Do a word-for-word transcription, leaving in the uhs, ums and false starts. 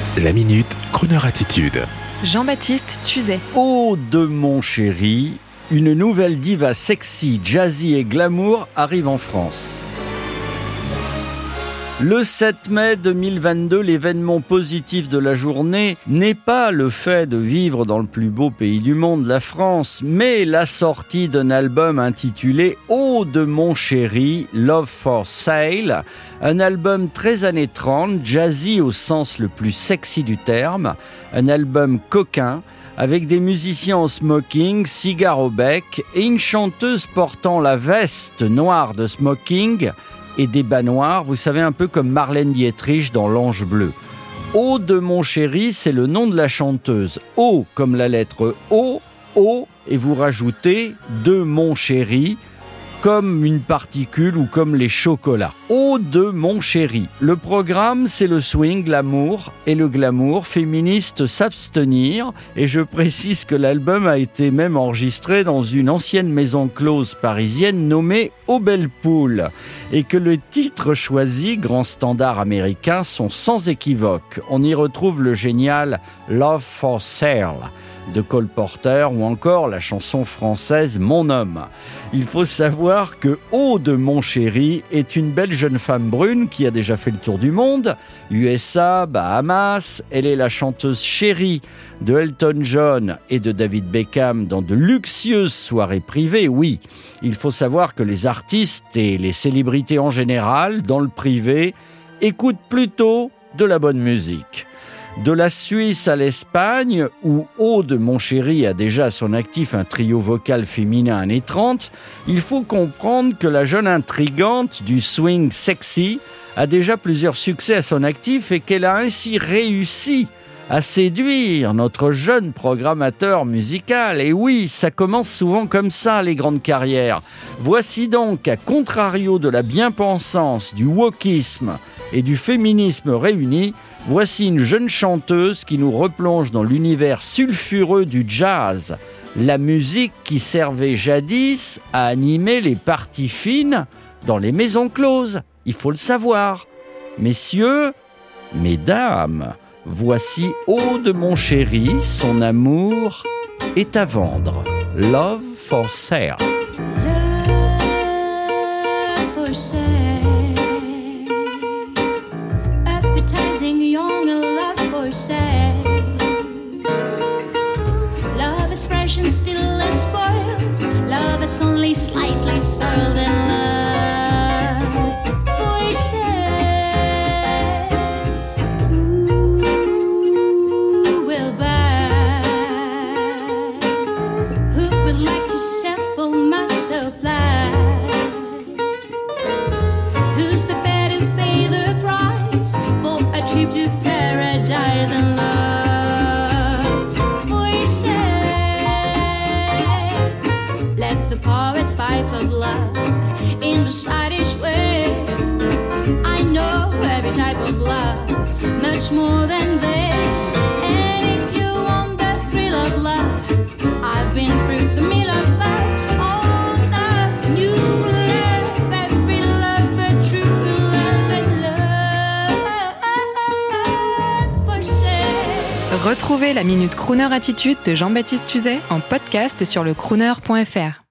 La Minute Crooner Attitude. Jean-Baptiste Tuzet. Oh de mon chéri, une nouvelle diva sexy, jazzy et glamour arrive en France. Le sept mai deux mille vingt-deux, l'événement positif de la journée n'est pas le fait de vivre dans le plus beau pays du monde, la France, mais la sortie d'un album intitulé « Oh de mon chéri, Love for Sale », un album très années trente, jazzy au sens le plus sexy du terme, un album coquin, avec des musiciens en smoking, cigare au bec, et une chanteuse portant la veste noire de smoking et des bas noirs, vous savez, un peu comme Marlène Dietrich dans L'Ange bleu. Oh de mon chéri, c'est le nom de la chanteuse. O comme la lettre O, O, et vous rajoutez de mon chéri, comme une particule ou comme les chocolats. Oh de mon chéri. Le programme, c'est le swing, l'amour et le glamour. Féministes s'abstenir. Et je précise que l'album a été même enregistré dans une ancienne maison close parisienne nommée Au Belle Poule. Et que le titre choisi, grand standard américain, sont sans équivoque. On y retrouve le génial Love for Sale de Cole Porter ou encore la chanson française Mon homme. Il faut savoir que Oh de mon chéri est une belle jeune femme brune qui a déjà fait le tour du monde, U S A, Bahamas. Elle est la chanteuse chérie de Elton John et de David Beckham dans de luxueuses soirées privées. Oui, il faut savoir que les artistes et les célébrités en général, dans le privé, écoutent plutôt de la bonne musique. De la Suisse à l'Espagne, où Oh de mon chéri a déjà à son actif un trio vocal féminin années trente, il faut comprendre que la jeune intrigante du swing sexy a déjà plusieurs succès à son actif et qu'elle a ainsi réussi à séduire notre jeune programmateur musical. Et oui, ça commence souvent comme ça, les grandes carrières. Voici donc, à contrario de la bien-pensance, du wokisme et du féminisme réunis, voici une jeune chanteuse qui nous replonge dans l'univers sulfureux du jazz, la musique qui servait jadis à animer les parties fines dans les maisons closes. Il faut le savoir. Messieurs, mesdames, voici Oh de mon chéri, son amour est à vendre. Love for Sale. Love for sale. Appetizing young and love for sale. Love is fresh and still unspoiled. Love that's only slightly soiled and love for sale. Who will buy? Who would like to sample my supply? Who's prepared to pay the price for a trip to paradise and love for sale? Let the poets pipe of love in the childish way. I know every type of love, much more than they. And if you want the thrill of love, I've been through the mill of love. Old love, new love, every love but true love and love for sale. Retrouvez la Minute Crooner Attitude de Jean-Baptiste Tuzet en podcast sur le crooner point f r.